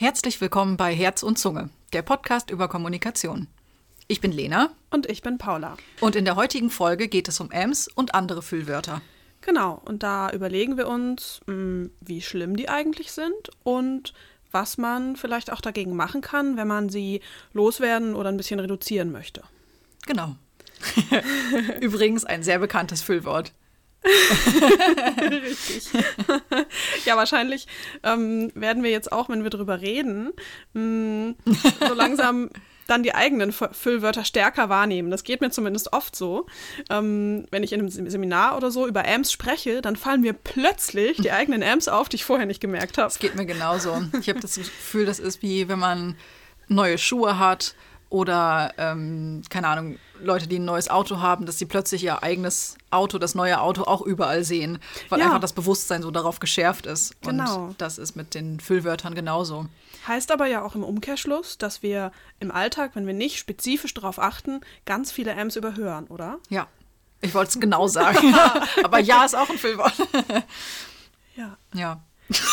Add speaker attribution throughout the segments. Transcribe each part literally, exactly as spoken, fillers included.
Speaker 1: Herzlich willkommen bei Herz und Zunge, der Podcast über Kommunikation. Ich bin Lena.
Speaker 2: Und ich bin Paula.
Speaker 1: Und in der heutigen Folge geht es um Ems und andere Füllwörter.
Speaker 2: Genau, und da überlegen wir uns, mh, wie schlimm die eigentlich sind und was man vielleicht auch dagegen machen kann, wenn man sie loswerden oder ein bisschen reduzieren möchte.
Speaker 1: Genau. Übrigens ein sehr bekanntes Füllwort.
Speaker 2: Richtig. Ja, wahrscheinlich ähm, werden wir jetzt auch, wenn wir drüber reden, mh, so langsam dann die eigenen Füllwörter stärker wahrnehmen. Das geht mir zumindest oft so. Ähm, wenn ich in einem Seminar oder so über Ems spreche, dann fallen mir plötzlich die eigenen Ems auf, die ich vorher nicht gemerkt habe.
Speaker 1: Das geht mir genauso. Ich habe das Gefühl, das ist wie, wenn man neue Schuhe hat oder, ähm, keine Ahnung, Leute, die ein neues Auto haben, dass sie plötzlich ihr eigenes Auto, das neue Auto auch überall sehen, weil
Speaker 2: ja.
Speaker 1: einfach das Bewusstsein so darauf geschärft ist.
Speaker 2: Genau.
Speaker 1: Und das ist mit den Füllwörtern genauso.
Speaker 2: Heißt aber ja auch im Umkehrschluss, dass wir im Alltag, wenn wir nicht spezifisch darauf achten, ganz viele Ems überhören, oder?
Speaker 1: Ja, ich wollte es genau sagen. Aber ja ist auch ein Füllwort.
Speaker 2: Ja.
Speaker 1: Ja.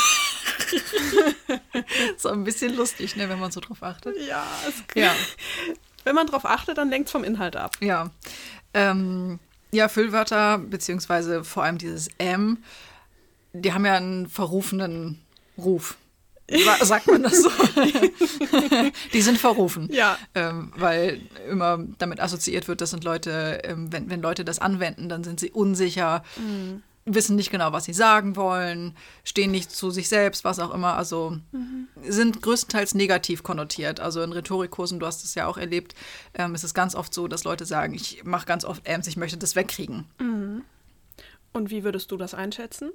Speaker 1: So ein bisschen lustig, ne, wenn man so drauf achtet.
Speaker 2: Ja, es
Speaker 1: ja.
Speaker 2: Wenn man drauf achtet, dann lenkt es vom Inhalt ab.
Speaker 1: Ja. Ähm, ja, Füllwörter, beziehungsweise vor allem dieses M, die haben ja einen verrufenen Ruf. Sagt man das so? Die sind verrufen.
Speaker 2: Ja.
Speaker 1: Ähm, weil immer damit assoziiert wird, das sind Leute, ähm, wenn, wenn Leute das anwenden, dann sind sie unsicher, mhm. wissen nicht genau, was sie sagen wollen, stehen nicht zu sich selbst, was auch immer. Also mhm. sind größtenteils negativ konnotiert. Also in Rhetorikkursen, du hast es ja auch erlebt, ähm, ist es ganz oft so, dass Leute sagen, ich mache ganz oft Ems, ich möchte das wegkriegen.
Speaker 2: Mhm. Und wie würdest du das einschätzen?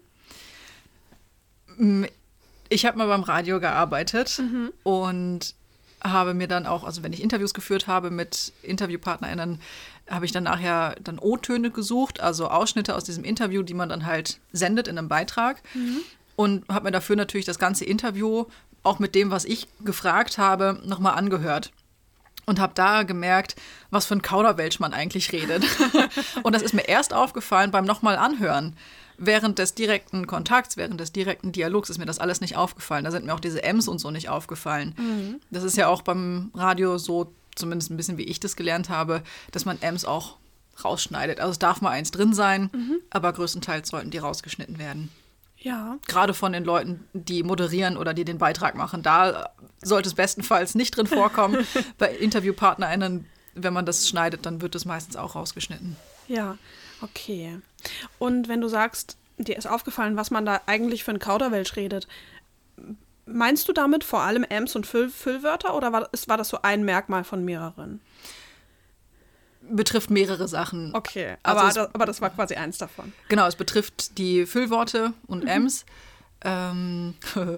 Speaker 1: Ich habe mal beim Radio gearbeitet
Speaker 2: mhm.
Speaker 1: und habe mir dann auch, also wenn ich Interviews geführt habe mit InterviewpartnerInnen, habe ich dann nachher dann O-Töne gesucht, also Ausschnitte aus diesem Interview, die man dann halt sendet in einem Beitrag. Mhm. Und habe mir dafür natürlich das ganze Interview, auch mit dem, was ich gefragt habe, nochmal angehört. Und habe da gemerkt, was für ein Kauderwelsch man eigentlich redet. Und das ist mir erst aufgefallen beim nochmal anhören. Während des direkten Kontakts, während des direkten Dialogs ist mir das alles nicht aufgefallen. Da sind mir auch diese Ems und so nicht aufgefallen. Mhm. Das ist ja auch beim Radio so, zumindest ein bisschen wie ich das gelernt habe, dass man Ems auch rausschneidet. Also es darf mal eins drin sein, mhm. aber größtenteils sollten die rausgeschnitten werden.
Speaker 2: Ja.
Speaker 1: Gerade von den Leuten, die moderieren oder die den Beitrag machen. Da sollte es bestenfalls nicht drin vorkommen. Bei InterviewpartnerInnen, wenn man das schneidet, dann wird es meistens auch rausgeschnitten.
Speaker 2: Ja, okay. Und wenn du sagst, dir ist aufgefallen, was man da eigentlich für ein Kauderwelsch redet, meinst du damit vor allem Ems und Füll- Füllwörter oder war das, war das so ein Merkmal von mehreren?
Speaker 1: Betrifft mehrere Sachen.
Speaker 2: Okay,
Speaker 1: also
Speaker 2: aber,
Speaker 1: es,
Speaker 2: das, aber das war quasi eins davon.
Speaker 1: Genau, es betrifft die Füllworte und mhm. Ems, ähm,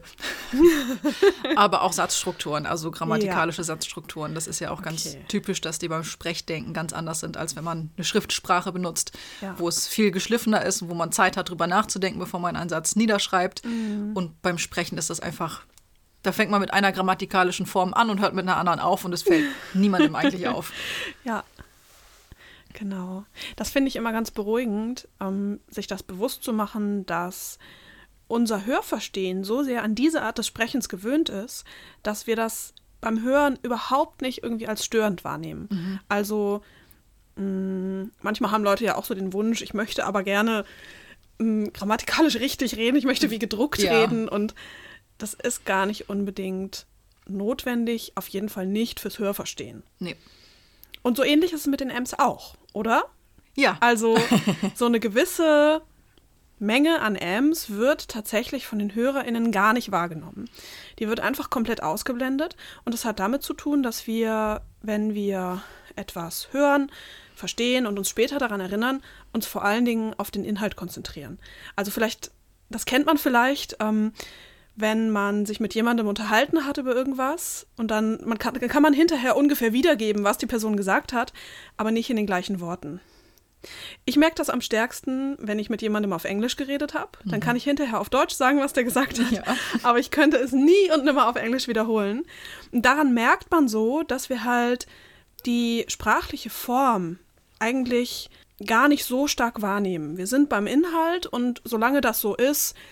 Speaker 1: aber auch Satzstrukturen, also grammatikalische ja. Satzstrukturen. Das ist ja auch ganz okay. typisch, dass die beim Sprechdenken ganz anders sind, als wenn man eine Schriftsprache benutzt, ja. wo es viel geschliffener ist, wo man Zeit hat, drüber nachzudenken, bevor man einen Satz niederschreibt. Mhm. Und beim Sprechen ist das einfach, da fängt man mit einer grammatikalischen Form an und hört mit einer anderen auf und es fällt niemandem eigentlich auf.
Speaker 2: Ja. Genau. Das finde ich immer ganz beruhigend, ähm, sich das bewusst zu machen, dass unser Hörverstehen so sehr an diese Art des Sprechens gewöhnt ist, dass wir das beim Hören überhaupt nicht irgendwie als störend wahrnehmen. Mhm. Also mh, manchmal haben Leute ja auch so den Wunsch, ich möchte aber gerne mh, grammatikalisch richtig reden, ich möchte wie gedruckt ja. reden und das ist gar nicht unbedingt notwendig, auf jeden Fall nicht fürs Hörverstehen.
Speaker 1: Nee.
Speaker 2: Und so ähnlich ist es mit den Ems auch, oder?
Speaker 1: Ja.
Speaker 2: Also so eine gewisse Menge an Ems wird tatsächlich von den HörerInnen gar nicht wahrgenommen. Die wird einfach komplett ausgeblendet und das hat damit zu tun, dass wir, wenn wir etwas hören, verstehen und uns später daran erinnern, uns vor allen Dingen auf den Inhalt konzentrieren. Also vielleicht, das kennt man vielleicht, ähm, wenn man sich mit jemandem unterhalten hat über irgendwas und dann man kann, kann man hinterher ungefähr wiedergeben, was die Person gesagt hat, aber nicht in den gleichen Worten. Ich merke das am stärksten, wenn ich mit jemandem auf Englisch geredet habe. Dann kann ich hinterher auf Deutsch sagen, was der gesagt hat, ja. aber ich könnte es nie und nimmer auf Englisch wiederholen. Und daran merkt man so, dass wir halt die sprachliche Form eigentlich gar nicht so stark wahrnehmen. Wir sind beim Inhalt und solange das so ist,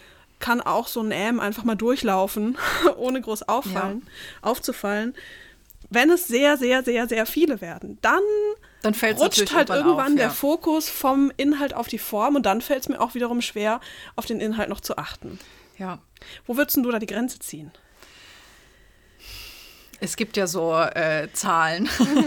Speaker 2: kann auch so ein M einfach mal durchlaufen, ohne groß auffallen, ja. aufzufallen. Wenn es sehr, sehr, sehr, sehr viele werden, dann,
Speaker 1: dann
Speaker 2: rutscht halt irgendwann
Speaker 1: auf,
Speaker 2: der
Speaker 1: ja.
Speaker 2: Fokus vom Inhalt auf die Form und dann fällt es mir auch wiederum schwer, auf den Inhalt noch zu achten.
Speaker 1: Ja.
Speaker 2: Wo würdest du da die Grenze ziehen?
Speaker 1: Es gibt ja so äh, Zahlen.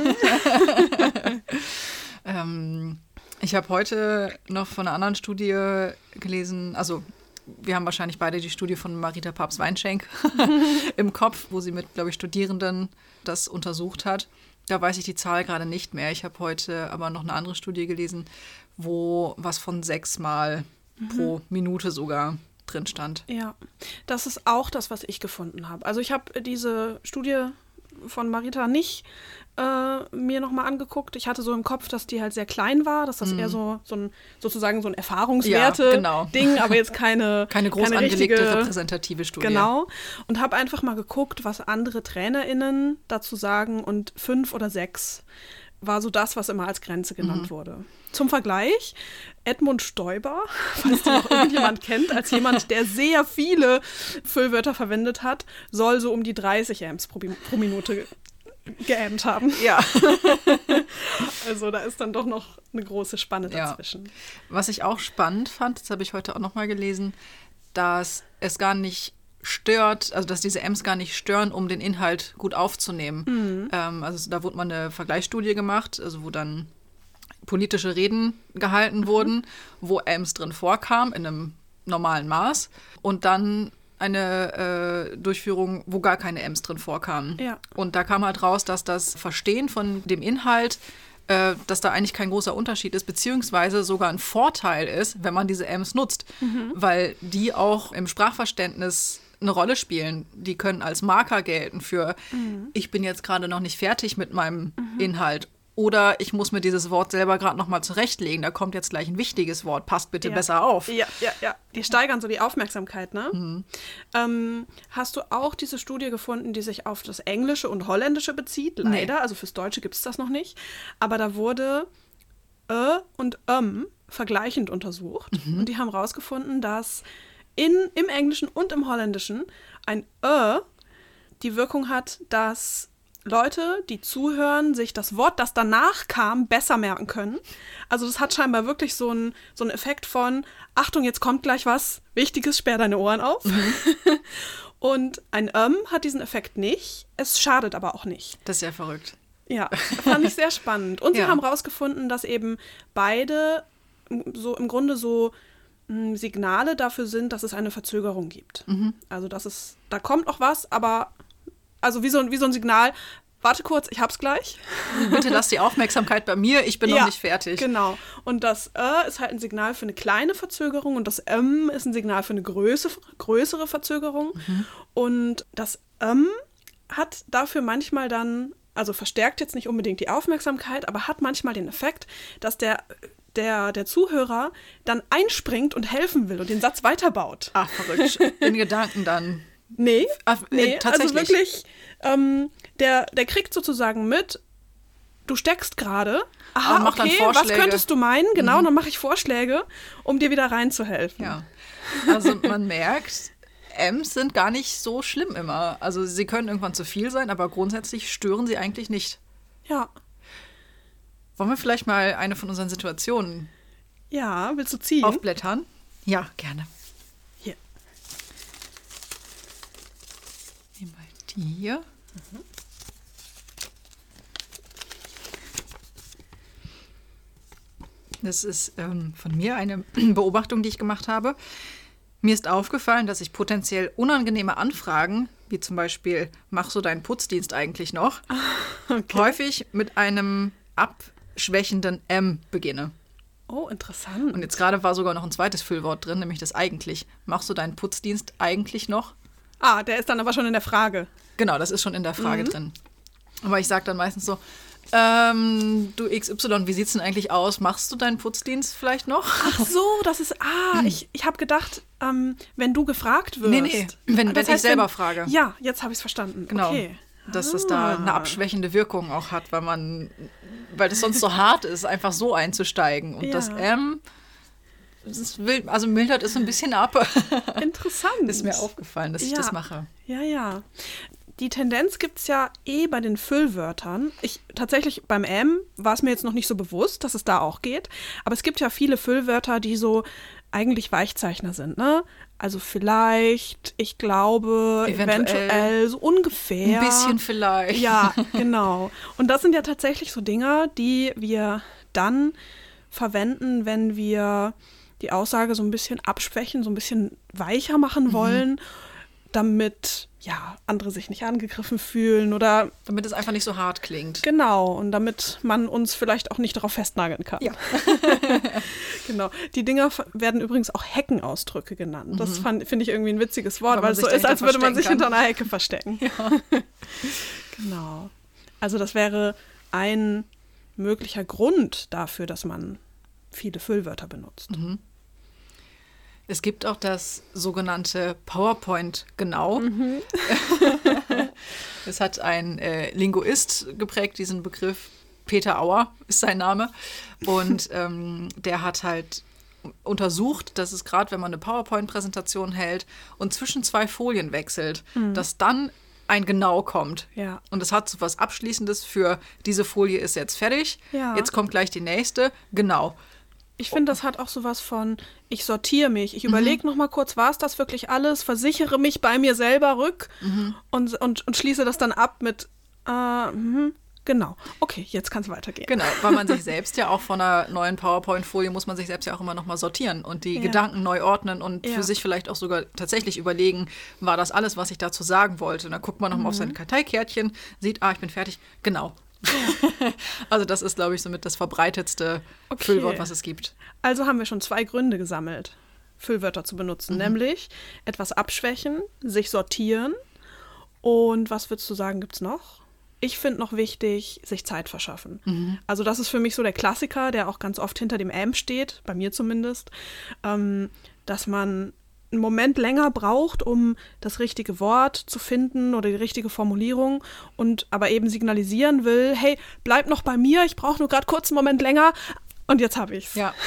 Speaker 1: ähm, ich habe heute noch von einer anderen Studie gelesen, also wir haben wahrscheinlich beide die Studie von Marita Papst-Weinschenk im Kopf, wo sie mit, glaube ich, Studierenden das untersucht hat. Da weiß ich die Zahl gerade nicht mehr. Ich habe heute aber noch eine andere Studie gelesen, wo was von sechsmal mhm. pro Minute sogar drin stand.
Speaker 2: Ja, das ist auch das, was ich gefunden habe. Also ich habe diese Studie von Marita nicht äh, mir nochmal angeguckt. Ich hatte so im Kopf, dass die halt sehr klein war, dass das mm. eher so, so ein, sozusagen so ein Erfahrungswerte-Ding,
Speaker 1: ja, genau.
Speaker 2: aber jetzt keine
Speaker 1: keine groß
Speaker 2: keine
Speaker 1: angelegte
Speaker 2: richtige,
Speaker 1: repräsentative Studie.
Speaker 2: Genau. Und habe einfach mal geguckt, was andere TrainerInnen dazu sagen und fünf oder sechs war so das, was immer als Grenze genannt mhm. wurde. Zum Vergleich, Edmund Stoiber, falls den noch irgendjemand kennt, als jemand, der sehr viele Füllwörter verwendet hat, soll so um die dreißig Amps pro, pro Minute geämt haben.
Speaker 1: Ja.
Speaker 2: Also da ist dann doch noch eine große Spanne dazwischen.
Speaker 1: Ja. Was ich auch spannend fand, das habe ich heute auch noch mal gelesen, dass es gar nicht stört, also dass diese Amps gar nicht stören, um den Inhalt gut aufzunehmen. Mhm. Ähm, also da wurde mal eine Vergleichsstudie gemacht, also wo dann politische Reden gehalten mhm. wurden, wo Amps drin vorkamen in einem normalen Maß und dann eine äh, Durchführung, wo gar keine Amps drin vorkamen.
Speaker 2: Ja.
Speaker 1: Und da kam halt raus, dass das Verstehen von dem Inhalt, äh, dass da eigentlich kein großer Unterschied ist, beziehungsweise sogar ein Vorteil ist, wenn man diese Amps nutzt, mhm. weil die auch im Sprachverständnis eine Rolle spielen. Die können als Marker gelten für, mhm. ich bin jetzt gerade noch nicht fertig mit meinem mhm. Inhalt. Oder ich muss mir dieses Wort selber gerade noch mal zurechtlegen. Da kommt jetzt gleich ein wichtiges Wort. Passt bitte
Speaker 2: ja.
Speaker 1: besser auf.
Speaker 2: Ja, ja, ja. Die steigern so die Aufmerksamkeit, ne?
Speaker 1: Mhm.
Speaker 2: Ähm, hast du auch diese Studie gefunden, die sich auf das Englische und Holländische bezieht? Leider, nee. Also fürs Deutsche gibt es das noch nicht. Aber da wurde Ö und Öm vergleichend untersucht. Mhm. Und die haben rausgefunden, dass in, im Englischen und im Holländischen ein Ö die Wirkung hat, dass Leute, die zuhören, sich das Wort, das danach kam, besser merken können. Also das hat scheinbar wirklich so einen so einen Effekt von, Achtung, jetzt kommt gleich was Wichtiges, sperr deine Ohren auf. Mhm. Und ein Ähm hat diesen Effekt nicht, es schadet aber auch nicht.
Speaker 1: Das ist ja verrückt.
Speaker 2: Ja, fand ich sehr spannend. Und sie
Speaker 1: ja.
Speaker 2: haben rausgefunden, dass eben beide so im Grunde so mh, Signale dafür sind, dass es eine Verzögerung gibt.
Speaker 1: Mhm.
Speaker 2: Also dass es, da kommt noch was, aber also wie so, wie so ein Signal, warte kurz, ich hab's gleich.
Speaker 1: Bitte lass die Aufmerksamkeit bei mir, ich bin
Speaker 2: ja,
Speaker 1: noch nicht fertig.
Speaker 2: Genau. Und das Ö ist halt ein Signal für eine kleine Verzögerung und das M ist ein Signal für eine Größe, größere Verzögerung. Mhm. Und das M hat dafür manchmal dann, also verstärkt jetzt nicht unbedingt die Aufmerksamkeit, aber hat manchmal den Effekt, dass der, der, der Zuhörer dann einspringt und helfen will und den Satz weiterbaut.
Speaker 1: Ach, verrückt. In Gedanken dann.
Speaker 2: Nee,
Speaker 1: Ach,
Speaker 2: nee
Speaker 1: äh, tatsächlich.
Speaker 2: Also wirklich, ähm, der, der kriegt sozusagen mit, du steckst gerade, aha,
Speaker 1: mach
Speaker 2: okay,
Speaker 1: dann
Speaker 2: was könntest du meinen? Genau,
Speaker 1: mhm.
Speaker 2: dann mache ich Vorschläge, um dir wieder reinzuhelfen.
Speaker 1: Ja, also man merkt, Amps sind gar nicht so schlimm immer. Also sie können irgendwann zu viel sein, aber grundsätzlich stören sie eigentlich nicht.
Speaker 2: Ja.
Speaker 1: Wollen wir vielleicht mal eine von unseren Situationen
Speaker 2: ja, willst du ziehen?
Speaker 1: aufblättern? Ja, gerne.
Speaker 2: Hier.
Speaker 1: Nehmen wir die hier. Mhm. Das ist ähm, von mir eine Beobachtung, die ich gemacht habe. Mir ist aufgefallen, dass ich potenziell unangenehme Anfragen, wie zum Beispiel, machst du deinen Putzdienst eigentlich noch, okay. häufig mit einem abschwächenden M beginne.
Speaker 2: Oh, interessant.
Speaker 1: Und jetzt gerade war sogar noch ein zweites Füllwort drin, nämlich das eigentlich. Machst du deinen Putzdienst eigentlich noch?
Speaker 2: Ah, der ist dann aber schon in der Frage.
Speaker 1: Genau, das ist schon in der Frage
Speaker 2: mhm.
Speaker 1: drin. Aber ich sage dann meistens so, ähm, du X Y, wie sieht's denn eigentlich aus? Machst du deinen Putzdienst vielleicht noch?
Speaker 2: Ach so, das ist, ah, ich, ich habe gedacht, ähm, wenn du gefragt wirst.
Speaker 1: Nee, nee, wenn, wenn
Speaker 2: heißt,
Speaker 1: ich selber
Speaker 2: wenn,
Speaker 1: frage.
Speaker 2: Ja, jetzt habe ich es verstanden.
Speaker 1: Genau,
Speaker 2: okay.
Speaker 1: dass das da eine abschwächende Wirkung auch hat, weil man, weil das sonst so hart ist, einfach so einzusteigen. Und
Speaker 2: ja.
Speaker 1: das M es will, also mildert es ein bisschen ab.
Speaker 2: Interessant.
Speaker 1: Ist mir aufgefallen, dass ich
Speaker 2: Ja.
Speaker 1: das mache.
Speaker 2: Ja, ja. Die Tendenz gibt es ja eh bei den Füllwörtern. Ich, tatsächlich beim M war es mir jetzt noch nicht so bewusst, dass es da auch geht. Aber es gibt ja viele Füllwörter, die so eigentlich Weichzeichner sind, ne? Also vielleicht, ich glaube,
Speaker 1: Eventuell.
Speaker 2: eventuell, so ungefähr.
Speaker 1: Ein bisschen vielleicht.
Speaker 2: Ja, genau. Und das sind ja tatsächlich so Dinge, die wir dann verwenden, wenn wir die Aussage so ein bisschen abschwächen, so ein bisschen weicher machen wollen, damit ja andere sich nicht angegriffen fühlen oder
Speaker 1: Damit es einfach nicht so hart klingt.
Speaker 2: genau und damit man uns vielleicht auch nicht darauf festnageln kann.
Speaker 1: Ja.
Speaker 2: Genau. Die Dinger f- werden übrigens auch Heckenausdrücke genannt. Das fand- finde ich irgendwie ein witziges Wort,
Speaker 1: Weil
Speaker 2: weil
Speaker 1: man
Speaker 2: es
Speaker 1: sich
Speaker 2: so ist, als
Speaker 1: dahinter
Speaker 2: würde man sich
Speaker 1: verstecken
Speaker 2: hinter einer Hecke verstecken.
Speaker 1: Ja.
Speaker 2: Genau. Also das wäre ein möglicher Grund dafür, dass man viele Füllwörter benutzt.
Speaker 1: Es gibt auch das sogenannte PowerPoint-Genau. Es hat ein äh, Linguist geprägt, diesen Begriff. Peter Auer ist sein Name. Und ähm, der hat halt untersucht, dass es gerade, wenn man eine PowerPoint-Präsentation hält und zwischen zwei Folien wechselt, dass dann ein Genau kommt.
Speaker 2: Ja.
Speaker 1: Und es hat so was Abschließendes für diese Folie ist jetzt fertig,
Speaker 2: Ja.
Speaker 1: jetzt kommt gleich die nächste, genau.
Speaker 2: Ich finde, das hat auch sowas von, ich sortiere mich, ich überlege noch mal kurz, war es das wirklich alles, versichere mich bei mir selber rück und, und, und schließe das dann ab mit, äh, mhm, genau, okay, jetzt kann es weitergehen.
Speaker 1: Genau, weil man sich selbst ja auch von einer neuen PowerPoint-Folie muss man sich selbst ja auch immer noch mal sortieren und die
Speaker 2: Ja.
Speaker 1: Gedanken neu ordnen und
Speaker 2: Ja.
Speaker 1: für sich vielleicht auch sogar tatsächlich überlegen, war das alles, was ich dazu sagen wollte. Und dann guckt man noch mal auf sein Karteikärtchen, sieht, ah, ich bin fertig, genau. Also das ist, glaube ich, somit das verbreitetste
Speaker 2: Okay.
Speaker 1: Füllwort, was es gibt.
Speaker 2: Also haben wir schon zwei Gründe gesammelt, Füllwörter zu benutzen, nämlich etwas abschwächen, sich sortieren und was würdest du sagen, gibt es noch? Ich finde noch wichtig, sich Zeit verschaffen. Also das ist für mich so der Klassiker, der auch ganz oft hinter dem M steht, bei mir zumindest, ähm, dass man einen Moment länger braucht, um das richtige Wort zu finden oder die richtige Formulierung und aber eben signalisieren will, hey, bleib noch bei mir, ich brauche nur gerade kurz einen Moment länger und jetzt habe ich's.
Speaker 1: Ja.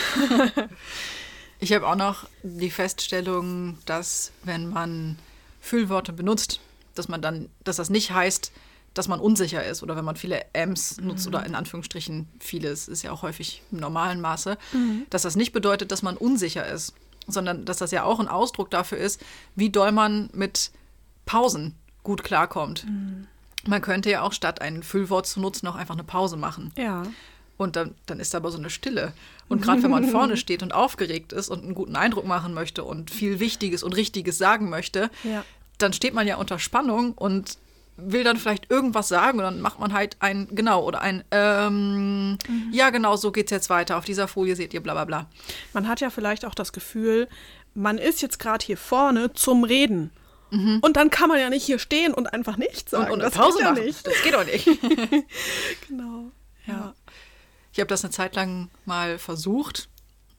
Speaker 1: Ich habe auch noch die Feststellung, dass wenn man Füllworte benutzt, dass man dann, dass das nicht heißt, dass man unsicher ist oder wenn man viele Ms nutzt oder in Anführungsstrichen vieles, ist ja auch häufig im normalen Maße, dass das nicht bedeutet, dass man unsicher ist, sondern dass das ja auch ein Ausdruck dafür ist, wie doll man mit Pausen gut klarkommt. Man könnte ja auch statt ein Füllwort zu nutzen auch einfach eine Pause machen.
Speaker 2: Ja.
Speaker 1: Und dann, dann ist da aber so eine Stille. Und gerade wenn man vorne steht und aufgeregt ist und einen guten Eindruck machen möchte und viel Wichtiges und Richtiges sagen möchte,
Speaker 2: Ja.
Speaker 1: dann steht man ja unter Spannung und will dann vielleicht irgendwas sagen und dann macht man halt ein genau oder ein ähm, ja genau, so geht's jetzt weiter. Auf dieser Folie seht ihr bla bla bla.
Speaker 2: Man hat ja vielleicht auch das Gefühl, man ist jetzt gerade hier vorne zum Reden. Und dann kann man ja nicht hier stehen und einfach nichts sagen.
Speaker 1: Und, und
Speaker 2: das
Speaker 1: eine Pause
Speaker 2: geht ja
Speaker 1: machen.
Speaker 2: nicht.
Speaker 1: Das geht doch nicht.
Speaker 2: Genau.
Speaker 1: Ja. Ich habe das eine Zeit lang mal versucht,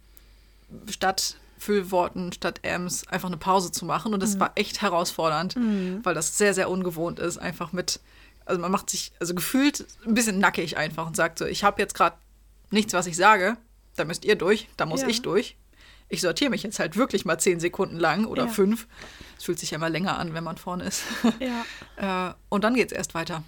Speaker 1: statt Füllworten, statt Ms einfach eine Pause zu machen. Und das war echt herausfordernd, weil das sehr, sehr ungewohnt ist. Einfach mit, also man macht sich, also gefühlt ein bisschen nackig einfach und sagt so, ich habe jetzt gerade nichts, was ich sage, da müsst ihr durch, da muss
Speaker 2: Ja.
Speaker 1: ich durch. Ich sortiere mich jetzt halt wirklich mal zehn Sekunden lang oder
Speaker 2: Ja.
Speaker 1: fünf. Es fühlt sich ja immer länger an, wenn man vorne ist.
Speaker 2: Ja.
Speaker 1: Äh, und dann geht's erst weiter.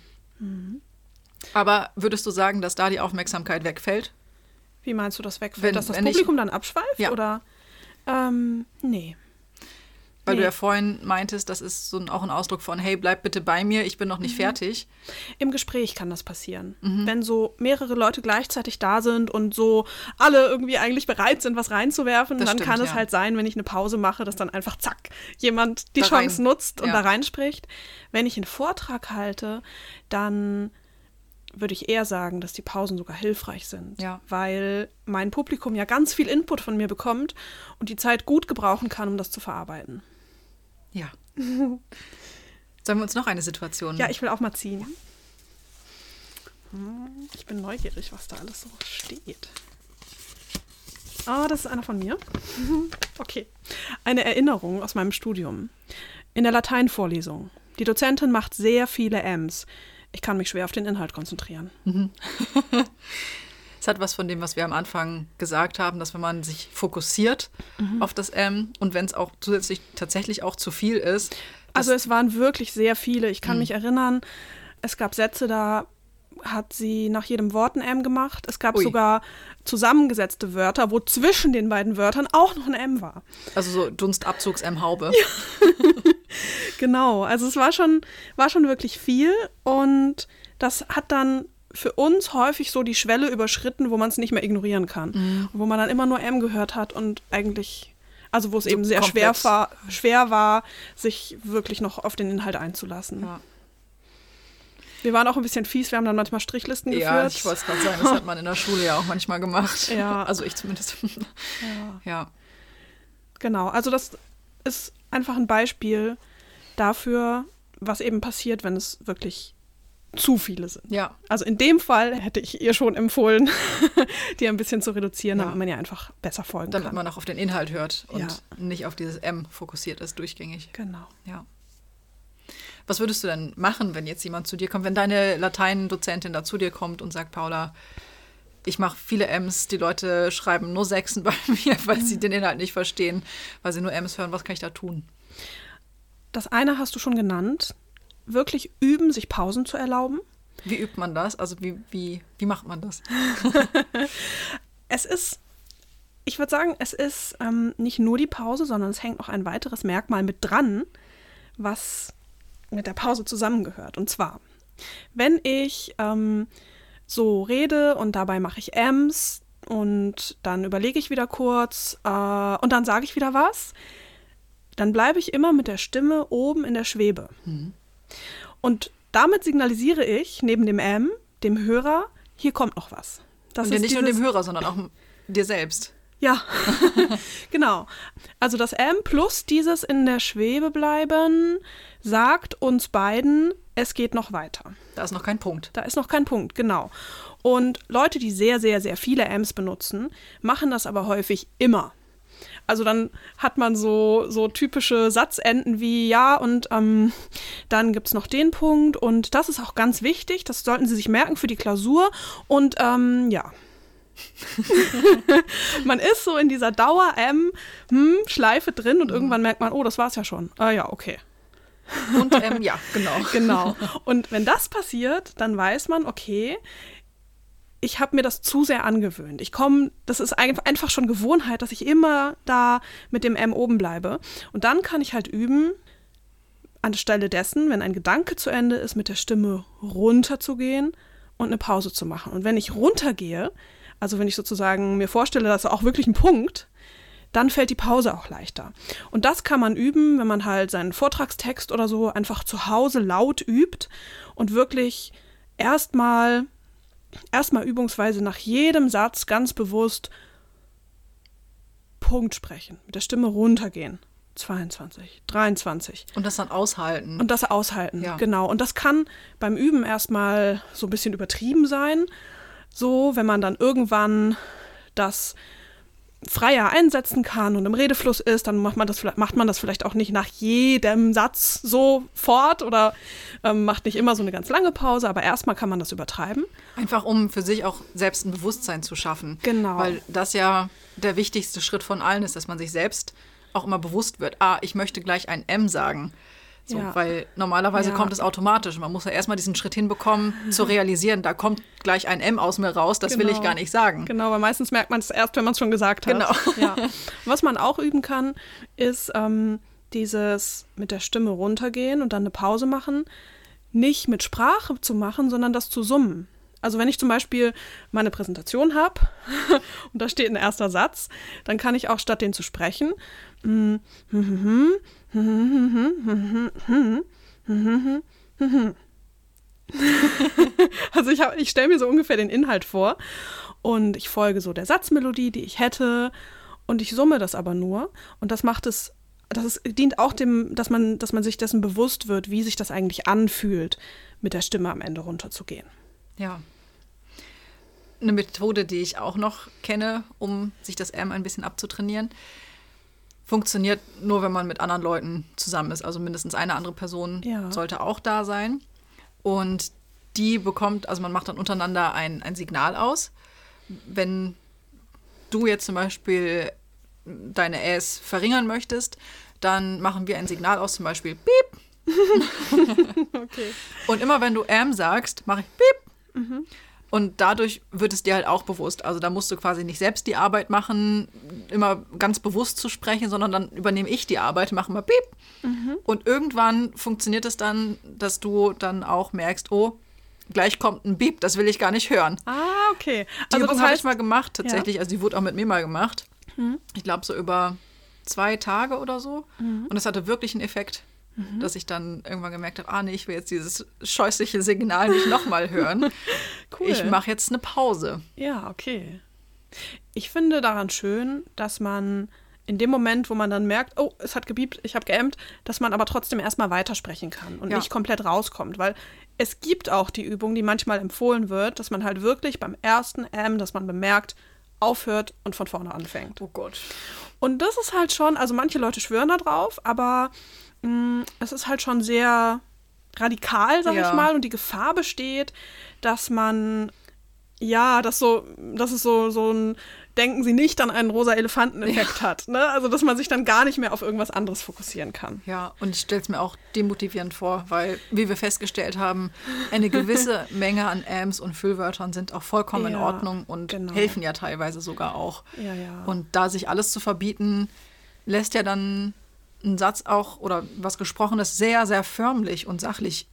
Speaker 1: Aber würdest du sagen, dass da die Aufmerksamkeit wegfällt?
Speaker 2: Wie meinst du das wegfällt?
Speaker 1: Wenn-
Speaker 2: Dass das
Speaker 1: wenn ich-
Speaker 2: Publikum dann abschweift?
Speaker 1: Ja.
Speaker 2: Oder? Ähm, nee.
Speaker 1: Weil du
Speaker 2: Nee.
Speaker 1: ja vorhin meintest, das ist so ein, auch ein Ausdruck von, hey, bleib bitte bei mir, ich bin noch nicht fertig.
Speaker 2: Im Gespräch kann das passieren.
Speaker 1: Mhm.
Speaker 2: Wenn so mehrere Leute gleichzeitig da sind und so alle irgendwie eigentlich bereit sind, was reinzuwerfen,
Speaker 1: Das
Speaker 2: dann
Speaker 1: stimmt,
Speaker 2: kann es
Speaker 1: ja.
Speaker 2: halt sein, wenn ich eine Pause mache, dass dann einfach zack, jemand die
Speaker 1: Da
Speaker 2: Chance
Speaker 1: rein-
Speaker 2: nutzt und
Speaker 1: ja.
Speaker 2: da reinspricht. Wenn ich einen Vortrag halte, dann würde ich eher sagen, dass die Pausen sogar hilfreich sind,
Speaker 1: Ja.
Speaker 2: weil mein Publikum ja ganz viel Input von mir bekommt und die Zeit gut gebrauchen kann, um das zu verarbeiten.
Speaker 1: Ja. Sollen wir uns noch eine Situation?
Speaker 2: Ja, ich will auch mal ziehen. Hm, Ich bin neugierig, was da alles so steht. Oh, das ist einer von mir. Okay. Eine Erinnerung aus meinem Studium. In der Lateinvorlesung. Die Dozentin macht sehr viele Ms. Ich kann mich schwer auf den Inhalt konzentrieren.
Speaker 1: Es hat was von dem, was wir am Anfang gesagt haben, dass wenn man sich fokussiert mhm. auf das M und wenn es auch zusätzlich tatsächlich auch zu viel ist.
Speaker 2: Also es waren wirklich sehr viele. Ich kann mhm. mich erinnern, es gab Sätze, da hat sie nach jedem Wort ein M gemacht. Es gab Ui. sogar zusammengesetzte Wörter, wo zwischen den beiden Wörtern auch noch ein M war.
Speaker 1: Also so Dunstabzugs-M-Haube.
Speaker 2: Ja. Genau, also es war schon, war schon wirklich viel und das hat dann für uns häufig so die Schwelle überschritten, wo man es nicht mehr ignorieren kann. Mhm. Wo man dann immer nur M gehört hat und eigentlich, also wo es so eben sehr schwer war, schwer war, sich wirklich noch auf den Inhalt einzulassen. Ja. Wir waren auch ein bisschen fies, wir haben dann manchmal Strichlisten geführt.
Speaker 1: Ja, ich wollte es gerade sagen, das hat man in der Schule ja auch manchmal gemacht.
Speaker 2: Ja.
Speaker 1: Also ich zumindest.
Speaker 2: Ja.
Speaker 1: ja.
Speaker 2: Genau, also das ist einfach ein Beispiel dafür, was eben passiert, wenn es wirklich zu viele sind.
Speaker 1: Ja.
Speaker 2: Also in dem Fall hätte ich ihr schon empfohlen, die ein bisschen zu reduzieren,
Speaker 1: ja.
Speaker 2: damit man ja einfach besser folgen
Speaker 1: damit
Speaker 2: kann.
Speaker 1: Damit man auch auf den Inhalt hört und
Speaker 2: ja.
Speaker 1: nicht auf dieses M fokussiert ist, durchgängig.
Speaker 2: Genau.
Speaker 1: Ja. Was würdest du denn machen, wenn jetzt jemand zu dir kommt, wenn deine Lateindozentin da zu dir kommt und sagt, Paula, ich mache viele M's, die Leute schreiben nur Sechsen bei mir, weil mhm. sie den Inhalt nicht verstehen, weil sie nur M's hören. Was kann ich da tun?
Speaker 2: Das eine hast du schon genannt, wirklich üben, sich Pausen zu erlauben.
Speaker 1: Wie übt man das? Also wie, wie, wie macht man das?
Speaker 2: Es ist, ich würde sagen, es ist ähm, nicht nur die Pause, sondern es hängt noch ein weiteres Merkmal mit dran, was mit der Pause zusammengehört. Und zwar, wenn ich ähm, so rede und dabei mache ich M's und dann überlege ich wieder kurz äh, und dann sage ich wieder was, dann bleibe ich immer mit der Stimme oben in der Schwebe. Mhm. Und damit signalisiere ich neben dem M, dem Hörer, hier kommt noch was.
Speaker 1: Das und ist nicht dieses, nur dem Hörer, sondern auch dir selbst.
Speaker 2: Ja, genau. Also das M plus dieses in der Schwebe bleiben sagt uns beiden, es geht noch weiter.
Speaker 1: Da ist noch kein Punkt.
Speaker 2: Da ist noch kein Punkt, genau. Und Leute, die sehr, sehr, sehr viele M's benutzen, machen das aber häufig immer. Also dann hat man so, so typische Satzenden wie ja und ähm, dann gibt es noch den Punkt und das ist auch ganz wichtig, das sollten Sie sich merken für die Klausur und ähm, ja. Man ist so in dieser Dauer-M-Schleife drin und mhm. irgendwann merkt man, oh, das war's ja schon. Ah ja, okay.
Speaker 1: Und ähm, ja, genau.
Speaker 2: Genau. Und wenn das passiert, dann weiß man, okay, ich habe mir das zu sehr angewöhnt. Ich komme, das ist einfach schon Gewohnheit, dass ich immer da mit dem M oben bleibe. Und dann kann ich halt üben, anstelle dessen, wenn ein Gedanke zu Ende ist, mit der Stimme runterzugehen und eine Pause zu machen. Und wenn ich runtergehe, also wenn ich sozusagen mir vorstelle, das ist auch wirklich ein Punkt, dann fällt die Pause auch leichter. Und das kann man üben, wenn man halt seinen Vortragstext oder so einfach zu Hause laut übt und wirklich erstmal erstmal übungsweise nach jedem Satz ganz bewusst Punkt sprechen, mit der Stimme runtergehen. zweiundzwanzig, dreiundzwanzig.
Speaker 1: Und das dann aushalten.
Speaker 2: Und das aushalten,
Speaker 1: ja.
Speaker 2: Genau. Und das kann beim Üben erstmal so ein bisschen übertrieben sein. So, wenn man dann irgendwann das freier einsetzen kann und im Redefluss ist, dann macht man das, macht man das vielleicht auch nicht nach jedem Satz sofort oder ähm, macht nicht immer so eine ganz lange Pause, aber erstmal kann man das übertreiben.
Speaker 1: Einfach um für sich auch selbst ein Bewusstsein zu schaffen.
Speaker 2: Genau.
Speaker 1: Weil das ja der wichtigste Schritt von allen ist, dass man sich selbst auch immer bewusst wird, ah, ich möchte gleich ein M sagen. So,
Speaker 2: ja.
Speaker 1: Weil normalerweise
Speaker 2: ja.
Speaker 1: kommt es automatisch. Man muss ja erstmal diesen Schritt hinbekommen, zu realisieren, da kommt gleich ein M aus mir raus, das genau. will ich gar nicht sagen.
Speaker 2: Genau, weil meistens merkt man es erst, wenn man es schon gesagt hat.
Speaker 1: Genau.
Speaker 2: Ja. Was man auch üben kann, ist ähm, dieses mit der Stimme runtergehen und dann eine Pause machen, nicht mit Sprache zu machen, sondern das zu summen. Also wenn ich zum Beispiel meine Präsentation habe und da steht ein erster Satz, dann kann ich auch statt den zu sprechen, also ich, hab, ich stelle mir so ungefähr den Inhalt vor und ich folge so der Satzmelodie, die ich hätte und ich summe das aber nur und das macht es, das ist, dient auch dem, dass man, dass man sich dessen bewusst wird, wie sich das eigentlich anfühlt, mit der Stimme am Ende runterzugehen.
Speaker 1: Ja. Eine Methode, die ich auch noch kenne, um sich das M ein bisschen abzutrainieren, funktioniert nur, wenn man mit anderen Leuten zusammen ist. Also mindestens eine andere Person
Speaker 2: ja.
Speaker 1: sollte auch da sein. Und die bekommt, also man macht dann untereinander ein, ein Signal aus, wenn du jetzt zum Beispiel deine Äs verringern möchtest, dann machen wir ein Signal aus, zum Beispiel Piep.
Speaker 2: Okay.
Speaker 1: Und immer wenn du ähm sagst, mache ich Piep.
Speaker 2: Mhm.
Speaker 1: Und dadurch wird es dir halt auch bewusst. Also da musst du quasi nicht selbst die Arbeit machen, immer ganz bewusst zu sprechen, sondern dann übernehme ich die Arbeit, mache mal Piep.
Speaker 2: Mhm.
Speaker 1: Und irgendwann funktioniert es dann, dass du dann auch merkst, oh, gleich kommt ein Piep, das will ich gar nicht hören.
Speaker 2: Ah, okay.
Speaker 1: Die
Speaker 2: Also
Speaker 1: Übung
Speaker 2: das
Speaker 1: habe
Speaker 2: heißt,
Speaker 1: ich mal gemacht, tatsächlich. Ja. Also die wurde auch mit mir mal gemacht.
Speaker 2: Mhm.
Speaker 1: Ich glaube so über zwei Tage oder so.
Speaker 2: Mhm.
Speaker 1: Und das hatte wirklich einen Effekt,
Speaker 2: mhm.
Speaker 1: dass ich dann irgendwann gemerkt habe, ah nee, ich will jetzt dieses scheußliche Signal nicht nochmal hören.
Speaker 2: Cool.
Speaker 1: Ich mache jetzt eine Pause.
Speaker 2: Ja, okay. Ich finde daran schön, dass man in dem Moment, wo man dann merkt, oh, es hat gebiebt, ich habe geämmt, dass man aber trotzdem erstmal weitersprechen kann und
Speaker 1: ja.
Speaker 2: nicht komplett rauskommt. Weil es gibt auch die Übung, die manchmal empfohlen wird, dass man halt wirklich beim ersten M, dass man bemerkt, aufhört und von vorne anfängt.
Speaker 1: Oh Gott.
Speaker 2: Und das ist halt schon, also manche Leute schwören da drauf, aber mh, es ist halt schon sehr radikal, sag
Speaker 1: ja.
Speaker 2: ich mal, und die Gefahr besteht, dass man, ja, dass so, dass es so, so ein Denken Sie nicht an einen rosa Elefanten-Effekt ja. hat. Ne? Also, dass man sich dann gar nicht mehr auf irgendwas anderes fokussieren kann.
Speaker 1: Ja, und ich stelle es mir auch demotivierend vor, weil, wie wir festgestellt haben, eine gewisse Menge an Ams und Füllwörtern sind auch vollkommen
Speaker 2: ja,
Speaker 1: in Ordnung und
Speaker 2: genau.
Speaker 1: helfen ja teilweise sogar auch.
Speaker 2: Ja, ja.
Speaker 1: Und da sich alles zu verbieten, lässt ja dann ein Satz auch oder was Gesprochenes sehr, sehr förmlich und sachlich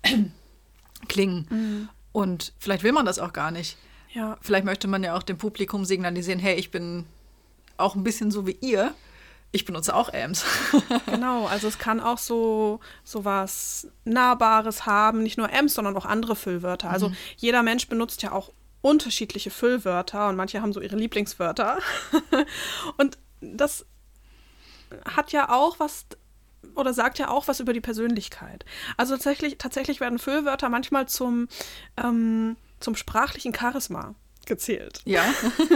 Speaker 1: klingen.
Speaker 2: Mhm.
Speaker 1: Und vielleicht will man das auch gar nicht.
Speaker 2: Ja.
Speaker 1: Vielleicht möchte man ja auch dem Publikum signalisieren, hey, ich bin auch ein bisschen so wie ihr. Ich benutze auch Ams.
Speaker 2: Genau, also es kann auch so, so was Nahbares haben, nicht nur Ams, sondern auch andere Füllwörter. Also
Speaker 1: mhm.
Speaker 2: jeder Mensch benutzt ja auch unterschiedliche Füllwörter und manche haben so ihre Lieblingswörter. Und das hat ja auch was oder sagt ja auch was über die Persönlichkeit. Also tatsächlich, tatsächlich werden Füllwörter manchmal zum, ähm, zum sprachlichen Charisma gezählt.
Speaker 1: Ja.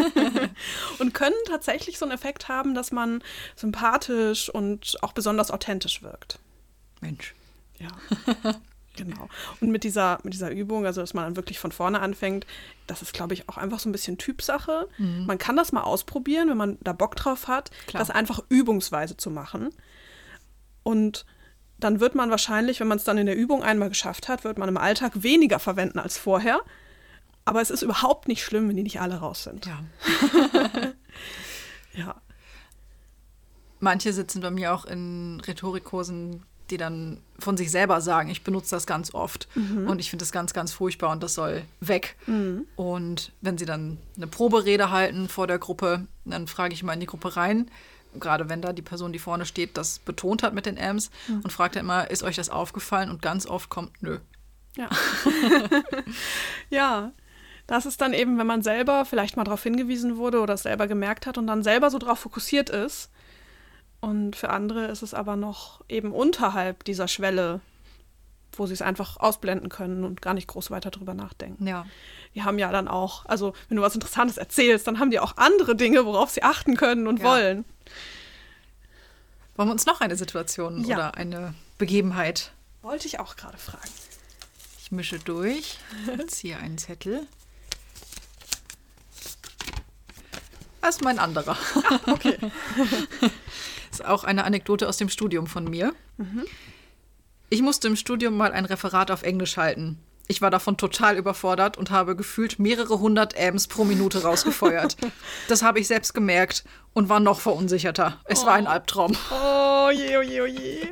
Speaker 2: Und können tatsächlich so einen Effekt haben, dass man sympathisch und auch besonders authentisch wirkt.
Speaker 1: Mensch.
Speaker 2: Ja, genau. Und mit dieser, mit dieser Übung, also dass man dann wirklich von vorne anfängt, das ist, glaube ich, auch einfach so ein bisschen Typsache. Mhm. Man kann das mal ausprobieren, wenn man da Bock drauf hat, Klar. das einfach übungsweise zu machen. Und dann wird man wahrscheinlich, wenn man es dann in der Übung einmal geschafft hat, wird man im Alltag weniger verwenden als vorher. Aber es ist überhaupt nicht schlimm, wenn die nicht alle raus sind.
Speaker 1: Ja.
Speaker 2: Ja.
Speaker 1: Manche sitzen bei mir auch in Rhetorikkursen, die dann von sich selber sagen, ich benutze das ganz oft mhm. und ich finde das ganz, ganz furchtbar und das soll weg. Mhm. Und wenn sie dann eine Proberede halten vor der Gruppe, dann frage ich mal in die Gruppe rein, gerade wenn da die Person, die vorne steht, das betont hat mit den Ams mhm. und fragt dann immer, ist euch das aufgefallen? Und ganz oft kommt, nö.
Speaker 2: Ja. Ja, das ist dann eben, wenn man selber vielleicht mal darauf hingewiesen wurde oder es selber gemerkt hat und dann selber so drauf fokussiert ist. Und für andere ist es aber noch eben unterhalb dieser Schwelle, wo sie es einfach ausblenden können und gar nicht groß weiter drüber nachdenken.
Speaker 1: Ja.
Speaker 2: Die haben ja dann auch, also wenn du was Interessantes erzählst, dann haben die auch andere Dinge, worauf sie achten können und
Speaker 1: ja.
Speaker 2: wollen.
Speaker 1: Wollen wir uns noch eine Situation
Speaker 2: ja.
Speaker 1: oder eine Begebenheit?
Speaker 2: Wollte ich auch gerade fragen.
Speaker 1: Ich mische durch, ziehe einen Zettel. Das ist mein anderer.
Speaker 2: Ah, okay.
Speaker 1: Das ist auch eine Anekdote aus dem Studium von mir.
Speaker 2: Mhm.
Speaker 1: Ich musste im Studium mal ein Referat auf Englisch halten. Ich war davon total überfordert und habe gefühlt mehrere hundert Ams pro Minute rausgefeuert. Das habe ich selbst gemerkt und war noch verunsicherter. Es oh. war ein Albtraum.
Speaker 2: Oh je, oh je, oh je.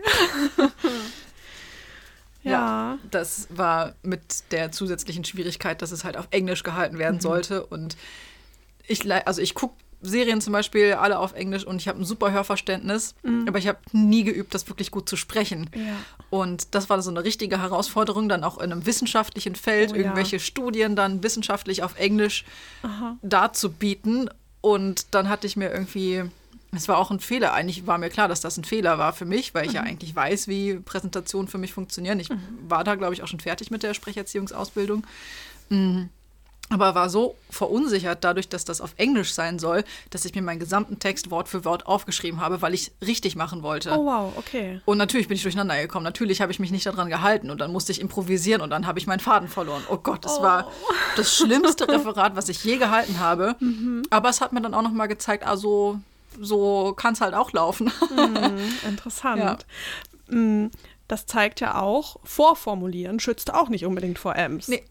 Speaker 2: Ja.
Speaker 1: ja, das war mit der zusätzlichen Schwierigkeit, dass es halt auf Englisch gehalten werden mhm. sollte. Und ich, also ich gucke Serien zum Beispiel alle auf Englisch und ich habe ein super Hörverständnis, mhm. aber ich habe nie geübt, das wirklich gut zu sprechen.
Speaker 2: Ja.
Speaker 1: Und das war so eine richtige Herausforderung, dann auch in einem wissenschaftlichen Feld, oh, irgendwelche ja. Studien dann wissenschaftlich auf Englisch Aha. darzubieten. Und dann hatte ich mir irgendwie, es war auch ein Fehler, eigentlich war mir klar, dass das ein Fehler war für mich, weil ich mhm. ja eigentlich weiß, wie Präsentationen für mich funktionieren. Ich mhm. war da, glaube ich, auch schon fertig mit der Sprecherziehungsausbildung. Mhm. aber war so verunsichert dadurch, dass das auf Englisch sein soll, dass ich mir meinen gesamten Text Wort für Wort aufgeschrieben habe, weil ich richtig machen wollte.
Speaker 2: Oh wow, okay.
Speaker 1: Und natürlich bin ich durcheinander gekommen. Natürlich habe ich mich nicht daran gehalten und dann musste ich improvisieren und dann habe ich meinen Faden verloren. Oh Gott, das oh. war das schlimmste Referat, was ich je gehalten habe. Mhm. Aber es hat mir dann auch noch mal gezeigt, also so kann es halt auch laufen.
Speaker 2: Mhm, interessant. Ja. Mhm. Das zeigt ja auch, vorformulieren schützt auch nicht unbedingt vor Ems.
Speaker 1: Nee.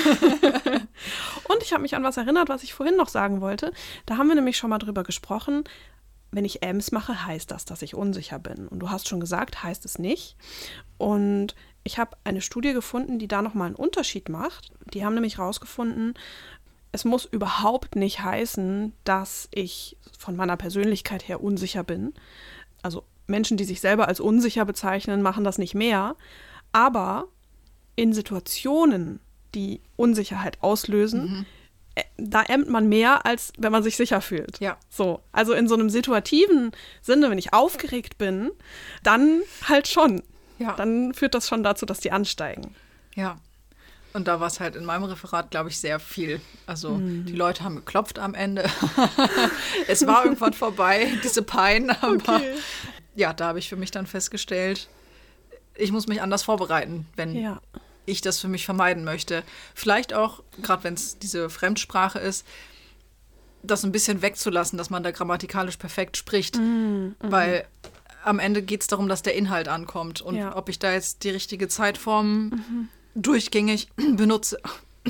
Speaker 2: Und ich habe mich an was erinnert, was ich vorhin noch sagen wollte. Da haben wir nämlich schon mal drüber gesprochen. Wenn ich Ems mache, heißt das, dass ich unsicher bin. Und du hast schon gesagt, heißt es nicht. Und ich habe eine Studie gefunden, die da nochmal einen Unterschied macht. Die haben nämlich rausgefunden, es muss überhaupt nicht heißen, dass ich von meiner Persönlichkeit her unsicher bin. Also Menschen, die sich selber als unsicher bezeichnen, machen das nicht mehr. Aber in Situationen, die Unsicherheit auslösen, mhm. äh, da ämmt man mehr, als wenn man sich sicher fühlt.
Speaker 1: Ja.
Speaker 2: So, also in so einem situativen Sinne, wenn ich aufgeregt bin, dann halt schon.
Speaker 1: Ja.
Speaker 2: Dann führt das schon dazu, dass die ansteigen.
Speaker 1: Ja. Und da war es halt in meinem Referat, glaube ich, sehr viel. Also mhm. die Leute haben geklopft am Ende. Es war irgendwann vorbei, diese Pein. Aber okay. ja, da habe ich für mich dann festgestellt, ich muss mich anders vorbereiten, wenn ja. ich das für mich vermeiden möchte. Vielleicht auch, gerade wenn es diese Fremdsprache ist, das ein bisschen wegzulassen, dass man da grammatikalisch perfekt spricht. Mhm. Weil am Ende geht es darum, dass der Inhalt ankommt. Und ja. ob ich da jetzt die richtige Zeitform mhm. durchgängig benutze,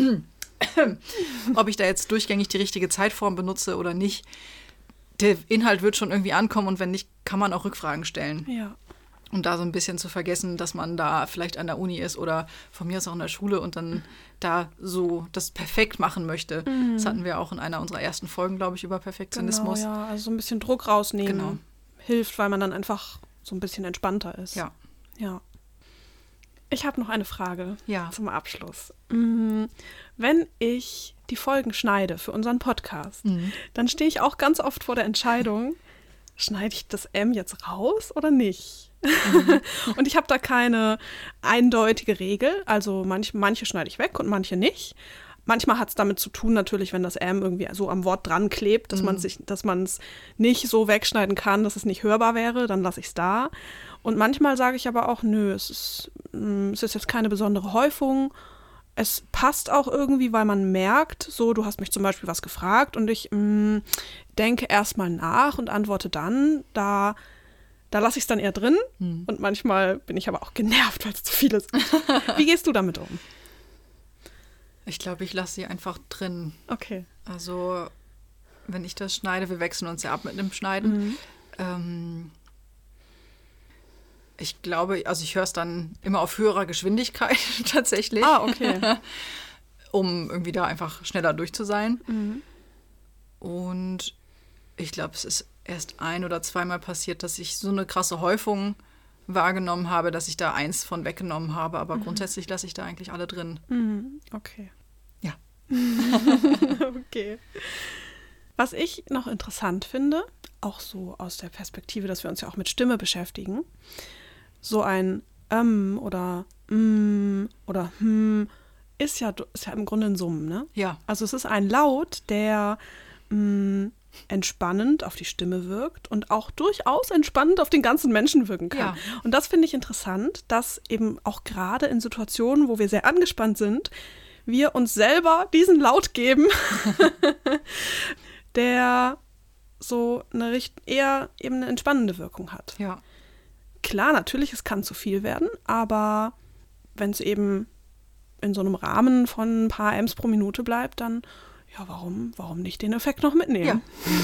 Speaker 1: ob ich da jetzt durchgängig die richtige Zeitform benutze oder nicht, der Inhalt wird schon irgendwie ankommen und wenn nicht, kann man auch Rückfragen stellen.
Speaker 2: Ja.
Speaker 1: Und da so ein bisschen zu vergessen, dass man da vielleicht an der Uni ist oder von mir aus auch in der Schule und dann da so das perfekt machen möchte. Mhm. Das hatten wir auch in einer unserer ersten Folgen, glaube ich, über Perfektionismus.
Speaker 2: Genau, ja, also so ein bisschen Druck rausnehmen
Speaker 1: genau.
Speaker 2: hilft, weil man dann einfach so ein bisschen entspannter ist.
Speaker 1: Ja.
Speaker 2: Ja. Ich habe noch eine Frage
Speaker 1: ja.
Speaker 2: zum Abschluss. Mhm. Wenn ich die Folgen schneide für unseren Podcast, mhm. dann stehe ich auch ganz oft vor der Entscheidung, schneide ich das M jetzt raus oder nicht? Mhm. Und ich habe da keine eindeutige Regel. Also manch, manche schneide ich weg und manche nicht. Manchmal hat es damit zu tun, natürlich, wenn das M irgendwie so am Wort dran klebt, dass mhm. man sich, dass man es nicht so wegschneiden kann, dass es nicht hörbar wäre, dann lasse ich es da. Und manchmal sage ich aber auch, nö, es ist, mh, es ist jetzt keine besondere Häufung. Es passt auch irgendwie, weil man merkt, so, du hast mich zum Beispiel was gefragt und ich mh, denke erstmal nach und antworte dann. Da, da lasse ich es dann eher drin. Mhm. Und manchmal bin ich aber auch genervt, weil es zu viel ist. Wie gehst du damit um?
Speaker 1: Ich glaube, ich lasse sie einfach drin.
Speaker 2: Okay.
Speaker 1: Also, wenn ich das schneide, wir wechseln uns ja ab mit dem Schneiden. Mhm. Ähm, ich glaube, also ich höre es dann immer auf höherer Geschwindigkeit tatsächlich.
Speaker 2: Ah, okay.
Speaker 1: Um irgendwie da einfach schneller durch zu sein.
Speaker 2: Mhm.
Speaker 1: Und ich glaube, es ist erst ein- oder zweimal passiert, dass ich so eine krasse Häufung wahrgenommen habe, dass ich da eins von weggenommen habe. Aber mhm. grundsätzlich lasse ich da eigentlich alle drin.
Speaker 2: Mhm. Okay.
Speaker 1: Ja.
Speaker 2: Okay. Was ich noch interessant finde, auch so aus der Perspektive, dass wir uns ja auch mit Stimme beschäftigen, so ein ähm oder mm oder hm ist ja, ist ja im Grunde ein Summen, ne?
Speaker 1: Ja.
Speaker 2: Also es ist ein Laut, der mm, entspannend auf die Stimme wirkt und auch durchaus entspannend auf den ganzen Menschen wirken kann.
Speaker 1: Ja.
Speaker 2: Und das finde ich interessant, dass eben auch gerade in Situationen, wo wir sehr angespannt sind, wir uns selber diesen Laut geben, der so eine richt- eher eben eine entspannende Wirkung hat.
Speaker 1: Ja.
Speaker 2: Klar, natürlich, es kann zu viel werden, aber wenn es eben in so einem Rahmen von ein paar Ems pro Minute bleibt, dann ja, warum, warum nicht den Effekt noch mitnehmen?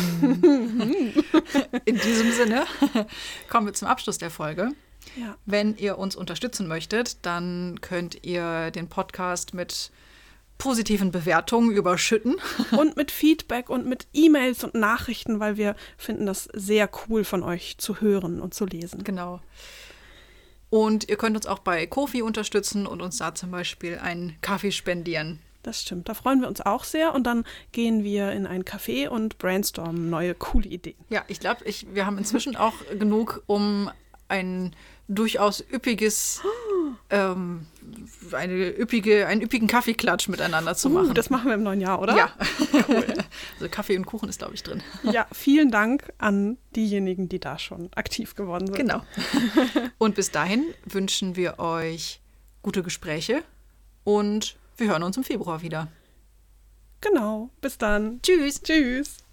Speaker 1: Ja. In diesem Sinne kommen wir zum Abschluss der Folge.
Speaker 2: Ja.
Speaker 1: Wenn ihr uns unterstützen möchtet, dann könnt ihr den Podcast mit positiven Bewertungen überschütten.
Speaker 2: Und mit Feedback und mit E-Mails und Nachrichten, weil wir finden das sehr cool von euch zu hören und zu lesen.
Speaker 1: Genau. Und ihr könnt uns auch bei Ko-fi unterstützen und uns da zum Beispiel einen Kaffee spendieren.
Speaker 2: Das stimmt, da freuen wir uns auch sehr und dann gehen wir in ein Café und brainstormen neue, coole Ideen.
Speaker 1: Ja, ich glaube, ich, wir haben inzwischen auch genug, um ein durchaus üppiges ähm, eine üppige, einen üppigen Kaffeeklatsch miteinander zu machen.
Speaker 2: Uh, das machen wir im neuen Jahr, oder?
Speaker 1: Ja, cool. Also Kaffee und Kuchen ist, glaube ich, drin.
Speaker 2: Ja, vielen Dank an diejenigen, die da schon aktiv geworden sind.
Speaker 1: Genau. Und bis dahin wünschen wir euch gute Gespräche und wir hören uns im Februar wieder.
Speaker 2: Genau, bis dann.
Speaker 1: Tschüss.
Speaker 2: Tschüss.